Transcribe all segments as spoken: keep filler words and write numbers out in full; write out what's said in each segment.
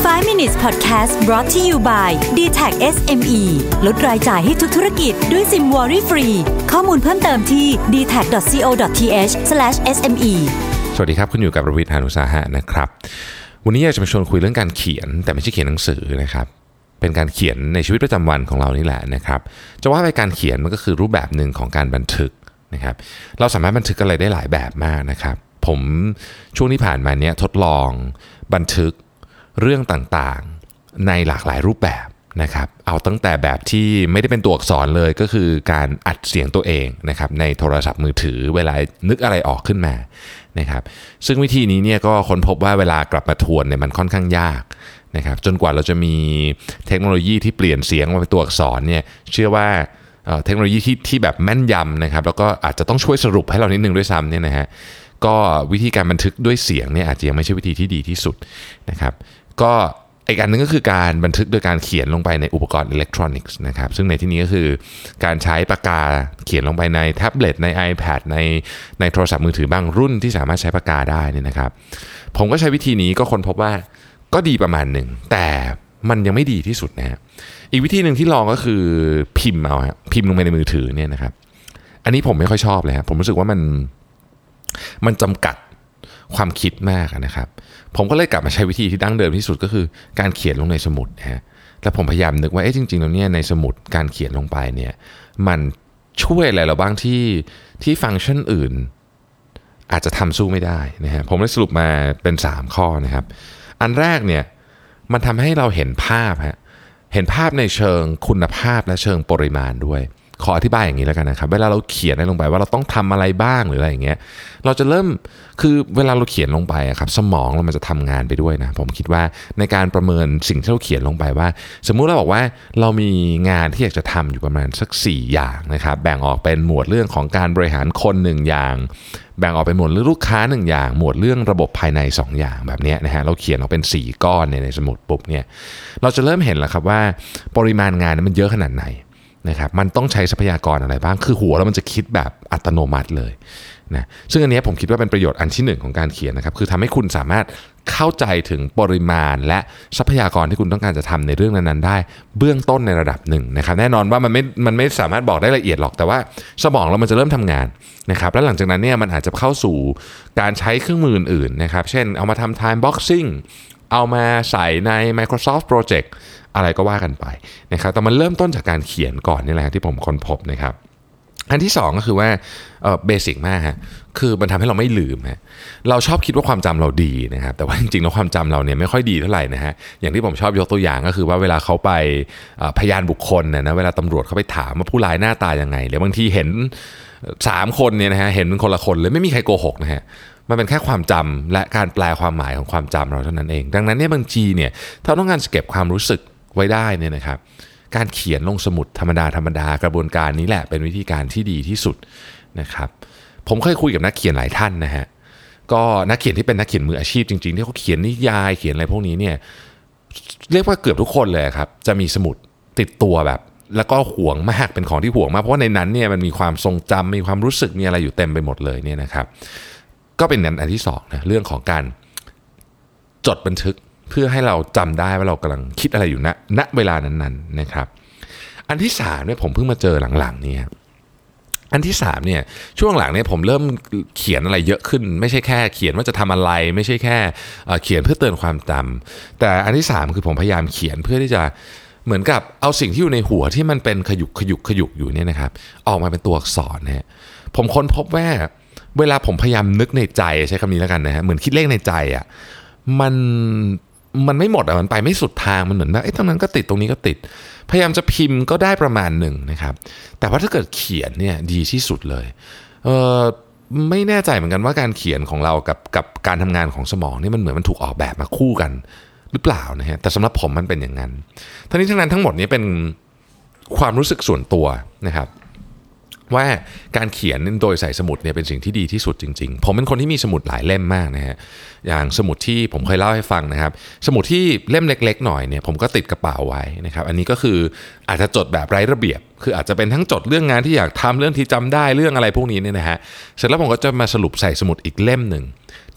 ไฟว์ minutes podcast brought to you by ดี ที เอ ซี เอส เอ็ม อี ลดรายจ่ายให้ทุกธุรกิจด้วยซิมวอรี่ฟรีข้อมูลเพิ่มเติมที่ ดี ที เอ ซี ดอท ซี โอ ดอท ที เอช สแลช เอส เอ็ม อีสวัสดีครับคุณอยู่กับรวิทย์ หาญอุตสาหะนะครับวันนี้อยากจะมาชวนคุยเรื่องการเขียนแต่ไม่ใช่เขียนหนังสือนะครับเป็นการเขียนในชีวิตประจำวันของเรานี่แหละนะครับจะว่าไปการเขียนมันก็คือรูปแบบหนึ่งของการบันทึกนะครับเราสามารถบันทึกอะไรได้หลายแบบมากนะครับผมช่วงที่ผ่านมาเนี้ยทดลองบันทึกเรื่องต่างๆในหลากหลายรูปแบบนะครับเอาตั้งแต่แบบที่ไม่ได้เป็นตัวอักษรเลยก็คือการอัดเสียงตัวเองนะครับในโทรศัพท์มือถือเวลานึกอะไรออกขึ้นมานะครับซึ่งวิธีนี้เนี่ยก็ค้นพบว่าเวลากลับมาทวนเนี่ยมันค่อนข้างยากนะครับจนกว่าเราจะมีเทคโนโลยีที่เปลี่ยนเสียงมาเป็นตัวอักษรเนี่ยเชื่อว่าเทคโนโลยีที่ที่แบบแม่นยำนะครับแล้วก็อาจจะต้องช่วยสรุปให้เรานิดนึงด้วยซ้ำเนี่ยนะฮะก็วิธีการบันทึกด้วยเสียงเนี่ยอาจจะยังไม่ใช่วิธีที่ดีที่สุดนะครับก็อีกอันนึงก็คือการบันทึกโดยการเขียนลงไปในอุปกรณ์อิเล็กทรอนิกส์นะครับซึ่งในที่นี้ก็คือการใช้ปากกาเขียนลงไปในแท็บเล็ตใน iPad ในในโทรศัพท์มือถือบางรุ่นที่สามารถใช้ปากกาได้เนี่ยนะครับผมก็ใช้วิธีนี้ก็ค้นพบว่าก็ดีประมาณหนึ่งแต่มันยังไม่ดีที่สุดนะฮะอีกวิธีหนึ่งที่ลองก็คือพิมพ์เอาฮะพิมพ์ลงไปในมือถือเนี่ยนะครับอันนี้ผมไม่ค่อยชอบเลยครับผมรู้สึกว่ามันมันจำกัดความคิดมากนะครับผมก็เลยกลับมาใช้วิธีที่ดั้งเดิมที่สุดก็คือการเขียนลงในสมุดนะฮะแล้วผมพยายามนึกว่าเอ๊ะจริงๆแล้วเนี่ยในสมุดการเขียนลงไปเนี่ยมันช่วยอะไรเราบ้างที่ที่ฟังก์ชันอื่นอาจจะทำสู้ไม่ได้นะฮะผมได้สรุปมาเป็นสามข้อนะครับอันแรกเนี่ยมันทำให้เราเห็นภาพฮะเห็นภาพในเชิงคุณภาพและเชิงปริมาณด้วยขออธิบายอย่างนี้แล้วกันนะครับเวลาเราเขียนอะไรลงไปว่าเราต้องทำอะไรบ้างหรืออะไรอย่างเงี้ยเราจะเริ่มคือเวลาเราเขียนลงไปอะครับสมองเรามันจะทำงานไปด้วยนะผมคิดว่าในการประเมินสิ่งที่เราเขียนลงไปว่าสมมุติเราบอกว่าเรามีงานที่อยากจะทำอยู่ประมาณสักสี่อย่างนะครับแบ่งออกเป็นหมวดเรื่องของการบริหารคนหนึ่งอย่างแบ่งออกเป็นหมวดเรื่องลูกค้าหนึ่งอย่างหมวดเรื่องระบบภายในสองอย่างแบบนี้นะฮะเราเขียนออกเป็นสี่ก้อนในสมุดปุ๊บเนี่ยเราจะเริ่มเห็นแล้วครับว่าปริมาณงานมันเยอะขนาดไหนนะครับมันต้องใช้ทรัพยากรอะไรบ้างคือหัวแล้วมันจะคิดแบบอัตโนมัติเลยนะซึ่งอันนี้ผมคิดว่าเป็นประโยชน์อันที่หนึ่งของการเขียนนะครับคือทำให้คุณสามารถเข้าใจถึงปริมาณและทรัพยากรที่คุณต้องการจะทำในเรื่องนั้นๆได้เบื้องต้นในระดับหนึ่งนะครับแน่นอนว่ามันไม่มันไม่สามารถบอกได้ละเอียดหรอกแต่ว่าสมองเรามันจะเริ่มทำงานนะครับแล้วหลังจากนั้นเนี่ยมันอาจจะเข้าสู่การใช้เครื่องมืออื่นๆนะครับเช่นเอามาทำ time boxing เอามาใส่ใน Microsoft Projectอะไรก็ว่ากันไปนะครับแต่มันเริ่มต้นจากการเขียนก่อนนี่แหละที่ผมค้นพบนะครับอันที่สองก็คือว่าเอ่อเบสิกมากฮะคือมันทำให้เราไม่ลืมฮะเราชอบคิดว่าความจำเราดีนะครับแต่ว่าจริงๆแล้วความจำเราเนี่ยไม่ค่อยดีเท่าไหร่นะฮะอย่างที่ผมชอบยกตัวอย่างก็คือว่าเวลาเขาไปพยานบุคคลนะนะเวลาตำรวจเขาไปถามว่าผู้ร้ายหน้าตายังไงหรือบางทีเห็นสามคนเนี่ยนะฮะเห็นเป็นคนละคนเลยไม่มีใครโกหกนะฮะมันเป็นแค่ความจำและการแปลความหมายของความจำเราเท่านั้นเองดังนั้นเนี่ยบางทีเนี่ยถ้าต้องการเก็บความรู้สึกไว้ได้เนี่ยนะครับการเขียนลงสมุดธรรมดาธรรมดากระบวนการนี้แหละเป็นวิธีการที่ดีที่สุดนะครับผมเคยคุยกับนักเขียนหลายท่านนะฮะก็นักเขียนที่เป็นนักเขียนมืออาชีพจริงๆที่เขาเขียนนิยายเขียนอะไรพวกนี้เนี่ยเรียกว่าเกือบทุกคนเลยครับจะมีสมุดติดตัวแบบแล้วก็ห่วงมากเป็นของที่ห่วงมากเพราะว่าในนั้นเนี่ยมันมีความทรงจำมีความรู้สึกมีอะไรอยู่เต็มไปหมดเลยเนี่ยนะครับก็เป็นอันที่สองนะเรื่องของการจดบันทึกเพื่อให้เราจำได้ว่าเรากำลังคิดอะไรอยู่ณณเวลานั้นๆนะครับอันที่สามเนี่ยผมเพิ่งมาเจอหลังๆนี่อันที่สามเนี่ยช่วงหลังเนี่ยผมเริ่มเขียนอะไรเยอะขึ้นไม่ใช่แค่เขียนว่าจะทำอะไรไม่ใช่แค่เขียนเพื่อเตือนความจำแต่อันที่สามคือผมพยายามเขียนเพื่อที่จะเหมือนกับเอาสิ่งที่อยู่ในหัวที่มันเป็นขยุกขยุกขยุกอยู่เนี่ยนะครับออกมาเป็นตัวอักษรนะฮะผมค้นพบว่าเวลาผมพยายามนึกในใจใช้คำนี้แล้วกันนะฮะเหมือนคิดเลขในใจอ่ะมันมันไม่หมดอ่ะมันไปไม่สุดทางมันเหมือนว่าไอ้ตรงนั้นก็ติดตรงนี้ก็ติดพยายามจะพิมพ์ก็ได้ประมาณหนึ่งนะครับแต่ว่าถ้าเกิดเขียนเนี่ยดีที่สุดเลยเออไม่แน่ใจเหมือนกันว่าการเขียนของเรากับกับการทำงานของสมองนี่มันเหมือนมันถูกออกแบบมาคู่กันหรือเปล่านะฮะแต่สำหรับผมมันเป็นอย่างนั้นทั้งนี้ทั้งนั้นทั้งหมดนี้เป็นความรู้สึกส่วนตัวนะครับว่าการเขียนโดยใส่สมุดเนี่ยเป็นสิ่งที่ดีที่สุดจริงๆผมเป็นคนที่มีสมุดหลายเล่มมากนะฮะอย่างสมุดที่ผมเคยเล่าให้ฟังนะครับสมุดที่เล่มเล็กๆหน่อยเนี่ยผมก็ติดกระเป๋าไว้นะครับอันนี้ก็คืออาจจะจดแบบไร้ระเบียบคืออาจจะเป็นทั้งจดเรื่องงานที่อยากทำเรื่องที่จำได้เรื่องอะไรพวกนี้เนี่ยนะฮะเสร็จแล้วผมก็จะมาสรุปใส่สมุดอีกเล่มหนึ่ง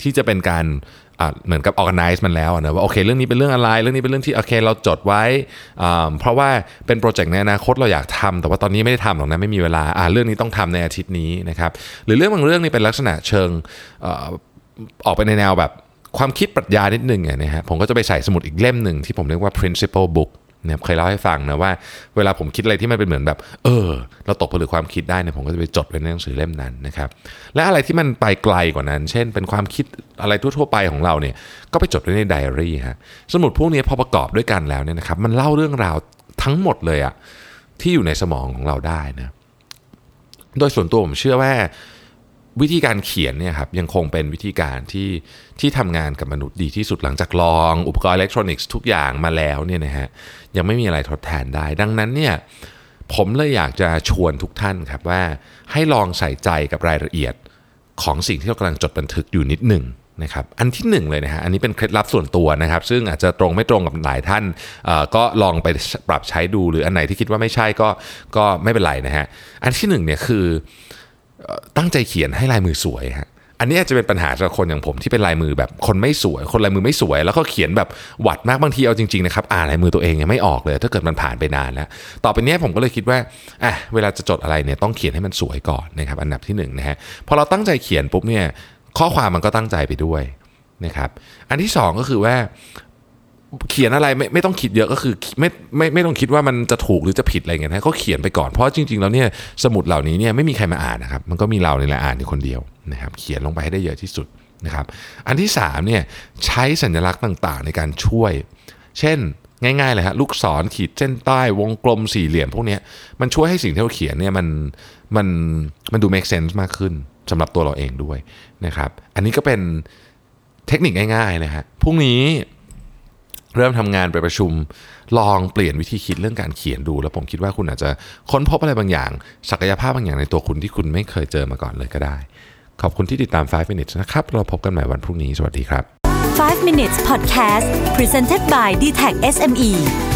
ที่จะเป็นการเหมือนกับ organize มันแล้วนะว่าโอเคเรื่องนี้เป็นเรื่องอะไรเรื่องนี้เป็นเรื่องที่โอเคเราจดไว้เพราะว่าเป็นโปรเจกต์ในอนาคตเราอยากทำแต่ว่าตอนนี้ไม่ได้ทำหรอกนะไม่มีเวลาเรื่องนี้ต้องทำในอาทิตย์นี้นะครับหรือเรื่องบางเรื่องนี่เป็นลักษณะเชิงออกไปในแนวแบบความคิดปรัชญานิดนึงนะฮะผมก็จะไปใส่สมุดอีกเล่มหนึ่งที่ผมเรียกว่า principle book เนี่ยเคยเล่าให้ฟังนะว่าเวลาผมคิดอะไรที่มันเป็นเหมือนแบบเออเราตกผลึกความคิดได้เนี่ยผมก็จะไปจดไว้ในหนังสือเล่มนั้นนะครับและอะไรที่มันไปไกลกว่านั้นเช่นเป็นความคิดอะไรทั่วๆไปของเราเนี่ยก็ไปจดไว้ในไดอารี่ฮะสมุดพวกนี้พอประกอบด้วยกันแล้วเนี่ยนะครับมันเล่าเรื่องราวทั้งหมดเลยอะที่อยู่ในสมองของเราได้นะโดยส่วนตัวผมเชื่อว่าวิธีการเขียนเนี่ยครับยังคงเป็นวิธีการที่ที่ทำงานกับมนุษย์ดีที่สุดหลังจากลองอุปกรณ์อิเล็กทรอนิกส์ทุกอย่างมาแล้วเนี่ยนะฮะยังไม่มีอะไรทดแทนได้ดังนั้นเนี่ยผมเลยอยากจะชวนทุกท่านครับว่าให้ลองใส่ใจกับรายละเอียดของสิ่งที่เรากำลังจดบันทึกอยู่นิดหนึ่งนะครับอันที่หนึ่งเลยนะฮะอันนี้เป็นเคล็ดลับส่วนตัวนะครับซึ่งอาจจะตรงไม่ตรงกับหลายท่านก็ลองไปปรับใช้ดูหรืออันไหนที่คิดว่าไม่ใช่ก็ก็ไม่เป็นไรนะฮะอันที่หนึ่งเนี่ยคือตั้งใจเขียนให้ลายมือสวยฮะอันนี้จะเป็นปัญหาสำหรับคนอย่างผมที่เป็นลายมือแบบคนไม่สวยคนลายมือไม่สวยแล้วก็เขียนแบบหวัดมากบางทีเอาจริงๆนะครับอ่านลายมือตัวเองยังไม่ออกเลยถ้าเกิดมันผ่านไปนานแล้วต่อไปนี้ผมก็เลยคิดว่าอ่ะเวลาจะจดอะไรเนี่ยต้องเขียนให้มันสวยก่อนนะครับอันดับที่หนึ่งนะฮะพอเราตั้งใจเขียนปุ๊บเนี่ยข้อความมันก็ตั้งใจไปด้วยนะครับอันที่สองก็คือว่าเขียนอะไรไม่ไม่ต้องคิดเยอะก็คือไม่ไม่ไม่ต้องคิดว่ามันจะถูกหรือจะผิดอะไรเงี้ยนะก็เขียนไปก่อนเพราะจริงๆแล้วเนี่ยสมุดเหล่านี้เนี่ยไม่มีใครมาอ่านนะครับมันก็มีเราในแหละอ่านอยู่คนเดียวนะครับเขียนลงไปให้ได้เยอะที่สุดนะครับอันที่สามเนี่ยใช้สัญลักษณ์ต่างๆในการช่วยเช่นง่ายๆเลยฮะลูกศรขีดเส้นใต้วงกลมสี่เหลี่ยมพวกนี้มันช่วยให้สิ่งที่เราเขียนเนี่ยมันมันมันดู make sense มากขึ้นสำหรับตัวเราเองด้วยนะครับอันนี้ก็เป็นเทคนิคง่ายๆนะฮะพรุ่งนี้เริ่มทำงานไปประชุมลองเปลี่ยนวิธีคิดเรื่องการเขียนดูแล้วผมคิดว่าคุณอาจจะค้นพบอะไรบางอย่างศักยภาพบางอย่างในตัวคุณที่คุณไม่เคยเจอมาก่อนเลยก็ได้ขอบคุณที่ติดตามไฟว์ minutes นะครับเราพบกันใหม่วันพรุ่งนี้สวัสดีครับไฟว์ minutes podcast presented by ดี ที เอ ซี เอส เอ็ม อี